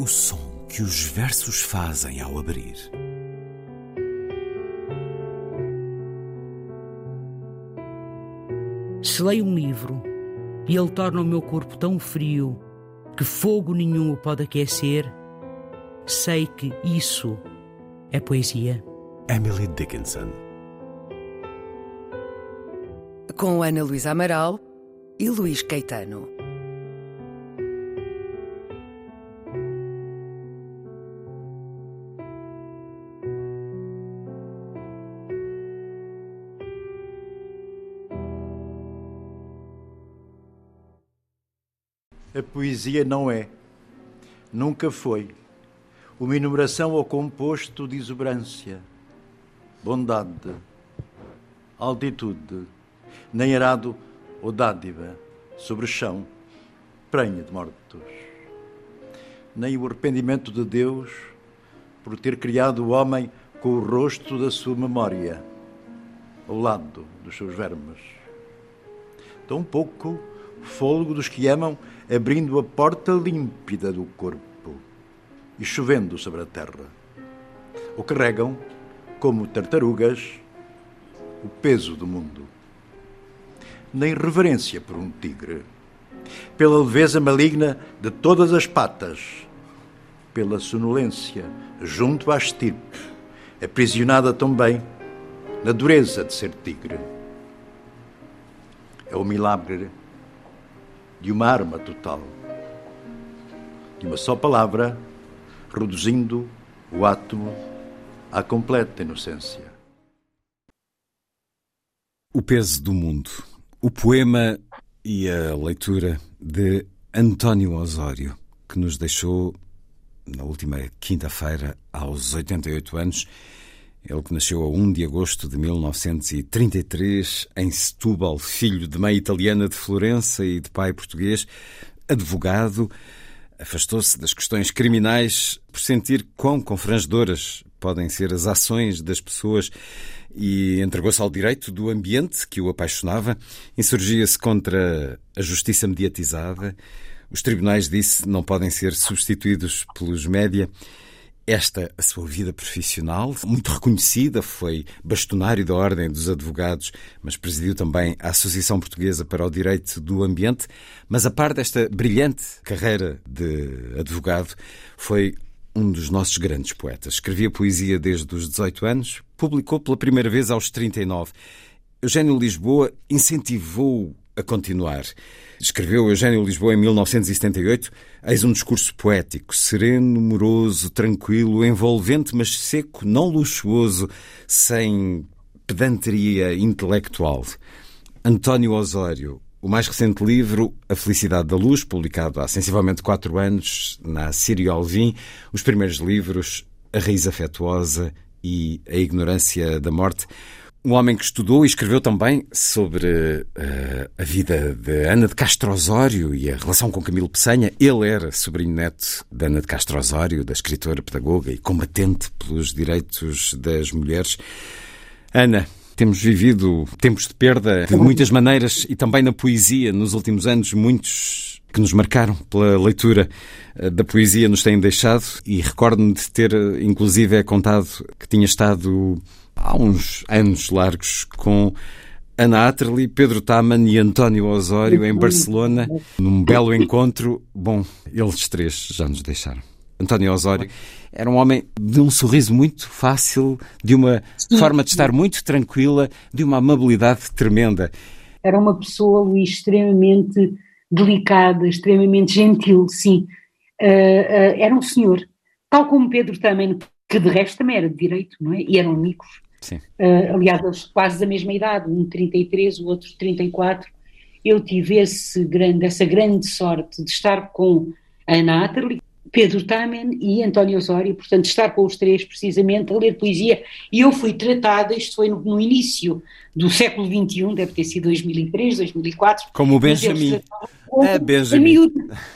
O som que os versos fazem ao abrir. Se leio um livro e ele torna o meu corpo tão frio que fogo nenhum o pode aquecer, sei que isso é poesia. Emily Dickinson. Com Ana Luísa Amaral e Luís Caetano. A poesia não é, nunca foi, uma enumeração ou composto de exuberância, bondade, altitude, nem arado ou dádiva sobre chão, prenha de mortos, nem o arrependimento de Deus por ter criado o homem com o rosto da sua memória, ao lado dos seus vermes. Tão pouco o fôlego dos que amam, abrindo a porta límpida do corpo e chovendo sobre a terra. Ou carregam, como tartarugas, o peso do mundo. Nem reverência por um tigre, pela leveza maligna de todas as patas, pela sonolência junto à estirpe, aprisionada também na dureza de ser tigre. É o milagre de uma arma total, de uma só palavra, reduzindo o átomo à completa inocência. O peso do mundo. O poema e a leitura de António Osório, que nos deixou na última quinta-feira, aos 88 anos. Ele que nasceu a 1 de agosto de 1933, em Setúbal, filho de mãe italiana de Florença e de pai português, advogado, afastou-se das questões criminais por sentir quão confrangedoras podem ser as ações das pessoas e entregou-se ao direito do ambiente que o apaixonava, insurgia-se contra a justiça mediatizada. Os tribunais, disse, não podem ser substituídos pelos média. Esta, a sua vida profissional, muito reconhecida, foi bastonário da Ordem dos Advogados, mas presidiu também a Associação Portuguesa para o Direito do Ambiente. Mas a par desta brilhante carreira de advogado, foi um dos nossos grandes poetas. Escrevia poesia desde os 18 anos, publicou pela primeira vez aos 39. Eugénio Lisboa incentivou-o a continuar. Escreveu Eugénio Lisboa em 1978, eis um discurso poético, sereno, moroso, tranquilo, envolvente, mas seco, não luxuoso, sem pedanteria intelectual. António Osório, o mais recente livro, A Felicidade da Luz, publicado há sensivelmente 4 anos na Sírio Alvim, os primeiros livros, A Raiz Afetuosa e A Ignorância da Morte. Um homem que estudou e escreveu também sobre a vida de Ana de Castro Osório e a relação com Camilo Peçanha. Ele era sobrinho-neto de Ana de Castro Osório, da escritora, pedagoga e combatente pelos direitos das mulheres. Ana, temos vivido tempos de perda de muitas maneiras e também na poesia nos últimos anos. Muitos que nos marcaram pela leitura da poesia nos têm deixado e recordo-me de ter, inclusive, contado que tinha estado há uns anos largos com Ana Atterley, Pedro Taman e António Osório em Barcelona, num belo encontro. Bom, eles três já nos deixaram. António Osório era um homem de um sorriso muito fácil, de uma forma de estar muito tranquila, de uma amabilidade tremenda. Era uma pessoa, Luís, extremamente delicada, extremamente gentil, sim. Era um senhor, tal como Pedro Taman, que de resto também era de direito, não é? E eram amigos. Sim. Aliás, eles quase da mesma idade, um 33, o outro 34. Eu tive essa grande sorte de estar com Ana Atterley, Pedro Taman e António Osório, portanto, estar com os três precisamente a ler poesia, e eu fui tratada, isto foi no início do século XXI, deve ter sido 2003, 2004. Como o Benjamin. A Benjamin.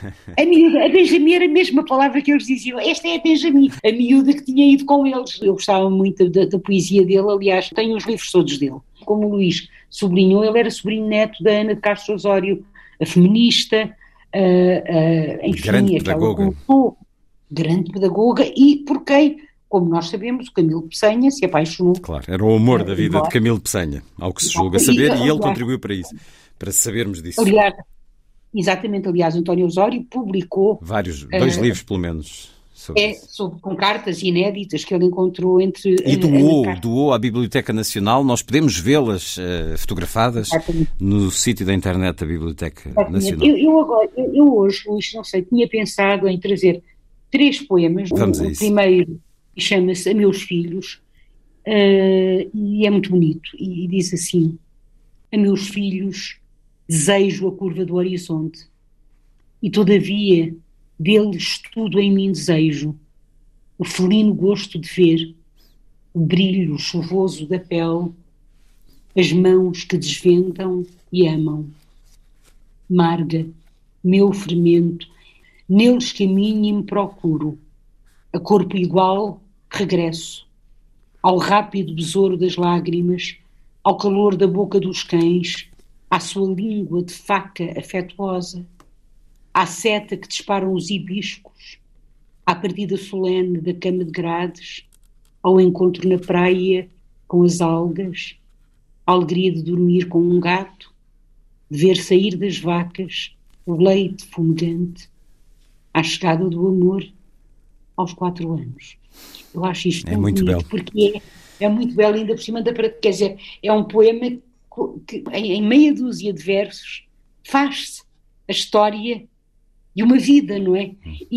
A miúda. A Benjamin era a mesma palavra que eles diziam. Esta é a Benjamin, a miúda que tinha ido com eles. Eu gostava muito da poesia dele, aliás, tenho os livros todos dele. Como o Luís sublinhou, ele era sobrinho-neto da Ana de Castro Osório, a feminista, enfim, grande pedagoga. grande pedagoga e por quem, como nós sabemos, o Camilo Peçanha se apaixonou. Claro, era o amor da vida de Camilo Peçanha, ao que se julga saber, e ele contribuiu para isso, para sabermos disso. Aliás, exatamente, aliás, António Osório publicou... dois livros, pelo menos, sobre isso. Com cartas inéditas que ele encontrou entre... E doou à Biblioteca Nacional. Nós podemos vê-las fotografadas no sítio da internet da Biblioteca Nacional. Eu hoje, Luís, não sei, tinha pensado em trazer 3 poemas. O primeiro chama-se A Meus Filhos, e é muito bonito, e diz assim: a meus filhos desejo a curva do horizonte, e todavia deles tudo em mim desejo, o felino gosto de ver, o brilho chuvoso da pele, as mãos que desvendam e amam. Marga, meu fermento, neles caminho e me procuro, a corpo igual regresso, ao rápido besouro das lágrimas, ao calor da boca dos cães, à sua língua de faca afetuosa, à seta que disparam os hibiscos, à partida solene da cama de grades, ao encontro na praia com as algas, à alegria de dormir com um gato, de ver sair das vacas o leite fumegante, à chegada do amor aos 4 anos. Eu acho isto tão muito bonito, belo. porque é muito belo, ainda por cima quer dizer, é um poema que em meia dúzia de versos faz-se a história de uma vida, não é?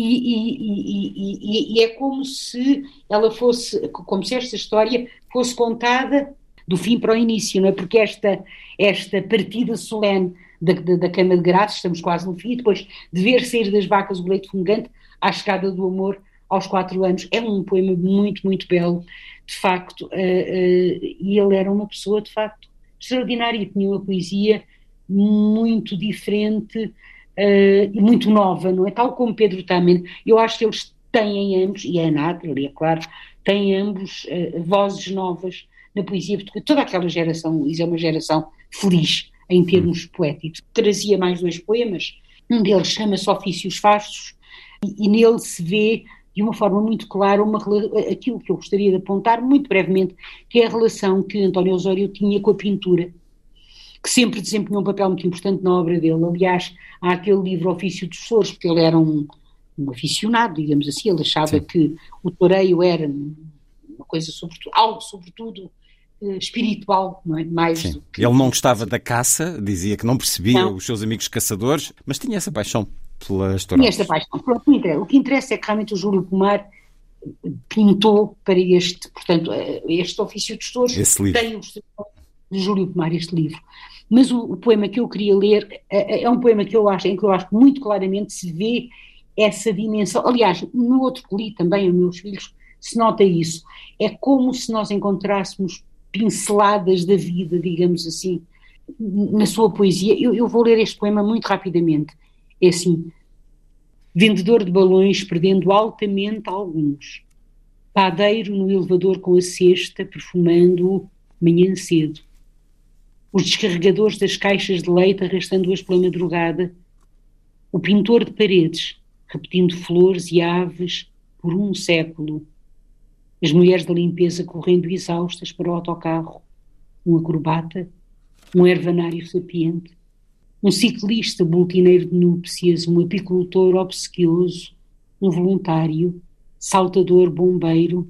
E é como se ela fosse, como se esta história fosse contada do fim para o início, não é? Porque esta partida solene da cama de grades, estamos quase no fim, e depois de ver sair das vacas o leite fumegante à chegada do amor aos 4 anos. É um poema muito, muito belo, de facto, e ele era uma pessoa, de facto, extraordinária, tinha uma poesia muito diferente e muito nova, não é? Tal como Pedro Tamen. Eu acho que eles têm ambos, e a Nathalie, é claro, têm ambos vozes novas na poesia, porque toda aquela geração, Luís, é uma geração feliz em termos poéticos. Trazia mais 2 poemas, um deles chama-se Ofícios Fastos, e nele se vê de uma forma muito clara aquilo que eu gostaria de apontar muito brevemente, que é a relação que António Osório tinha com a pintura, que sempre desempenhou um papel muito importante na obra dele. Aliás, há aquele livro Ofício dos Flores, porque ele era um aficionado, digamos assim, ele achava que o toureio era uma coisa algo sobretudo espiritual, não é? Mais do que... Ele não gostava da caça, dizia que não percebia os seus amigos caçadores, mas tinha essa paixão pelas touradas. Tinha esta paixão. Pronto, o que interessa é que realmente o Júlio Pomar pintou para este Ofício dos Touros. Esse livro. Tem o de Júlio Pomar, este livro. Mas o poema que eu queria ler é um poema em que eu acho que muito claramente se vê essa dimensão. Aliás, no outro que li também, os meus filhos, se nota isso. É como se nós encontrássemos pinceladas da vida, digamos assim, na sua poesia. Eu vou ler este poema muito rapidamente. É assim: vendedor de balões perdendo altamente alguns, padeiro no elevador com a cesta perfumando-o manhã cedo, os descarregadores das caixas de leite arrastando-as pela madrugada, o pintor de paredes repetindo flores e aves por um século, as mulheres da limpeza correndo exaustas para o autocarro, um acrobata, um ervanário sapiente, um ciclista boltineiro de núpcias, um apicultor obsequioso, um voluntário, saltador, bombeiro,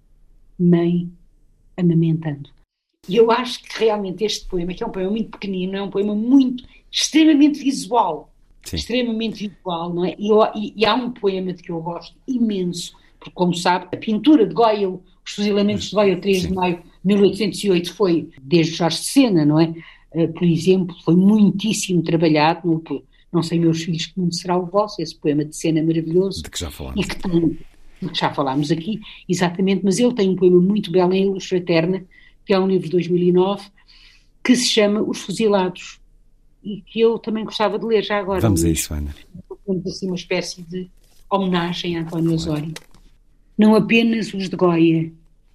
mãe amamentando. E eu acho que realmente este poema, que é um poema muito pequenino, é um poema extremamente visual. Sim. Extremamente visual, não é? E há um poema de que eu gosto imenso, porque, como sabe, a pintura de Goya, os fuzilamentos de Goya, 3 de maio de 1808, foi desde Jorge de Sena, não é? Por exemplo, foi muitíssimo trabalhado, não sei, meus filhos, que mundo será o vosso, esse poema de Sena maravilhoso. De que já falámos. De que já falámos aqui, exatamente, mas ele tem um poema muito belo em Luz Fraterna, que é um livro de 2009, que se chama Os Fuzilados, e que eu também gostava de ler já agora. Vamos a isso, Ana. Temos assim uma espécie de homenagem a António Osório. Não apenas os de Goya,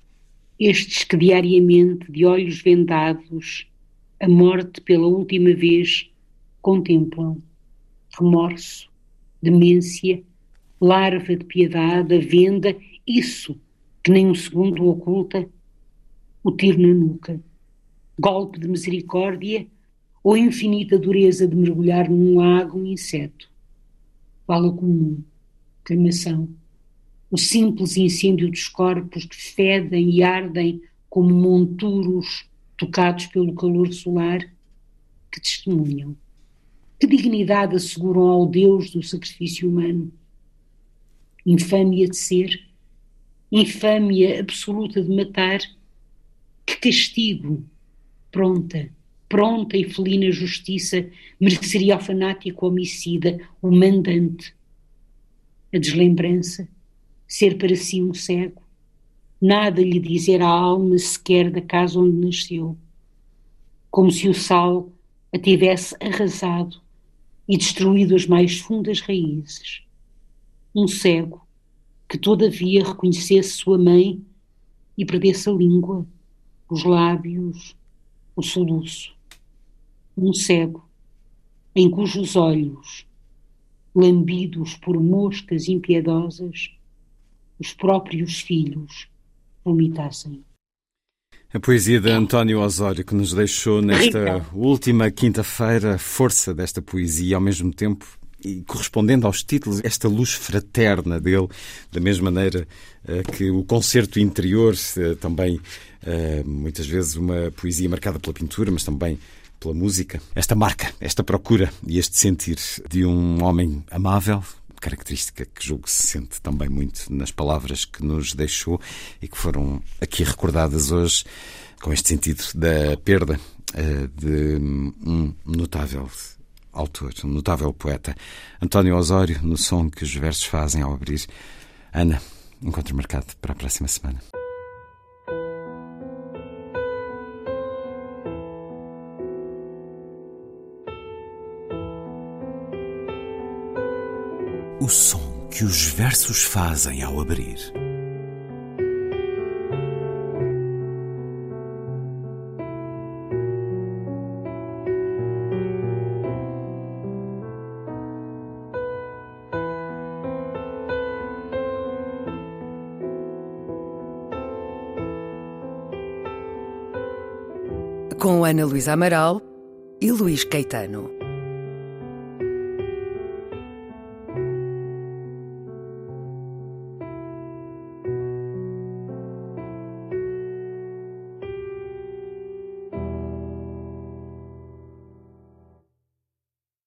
estes que diariamente, de olhos vendados, a morte pela última vez contemplam. Remorso, demência, larva de piedade, a venda, isso que nem um segundo oculta, o tiro na nuca, golpe de misericórdia ou infinita dureza de mergulhar num lago um inseto, bala comum, cremação, o simples incêndio dos corpos que fedem e ardem como monturos tocados pelo calor solar, que testemunham. Que dignidade asseguram ao Deus do sacrifício humano? Infâmia de ser, infâmia absoluta de matar, que castigo, pronta e felina justiça mereceria ao fanático homicida, o mandante. A deslembrança, ser para si um cego, nada lhe dizer à alma sequer da casa onde nasceu, como se o sal a tivesse arrasado e destruído as mais fundas raízes. Um cego que todavia reconhecesse sua mãe e perdesse a língua, os lábios, o soluço. Um cego em cujos olhos, lambidos por moscas impiedosas, os próprios filhos vomitassem. A poesia de António Osório, que nos deixou nesta última quinta-feira, a força desta poesia, ao mesmo tempo, e correspondendo aos títulos, esta luz fraterna dele, da mesma maneira que o concerto interior, também muitas vezes uma poesia marcada pela pintura, mas também pela música. Esta marca, esta procura e este sentir de um homem amável, característica que julgo que se sente também muito nas palavras que nos deixou e que foram aqui recordadas hoje, com este sentido da perda de um notável autor, um notável poeta. António Osório, no som que os versos fazem ao abrir. Ana, encontro marcado para a próxima semana. O som que os versos fazem ao abrir. Com Ana Luísa Amaral e Luís Caetano.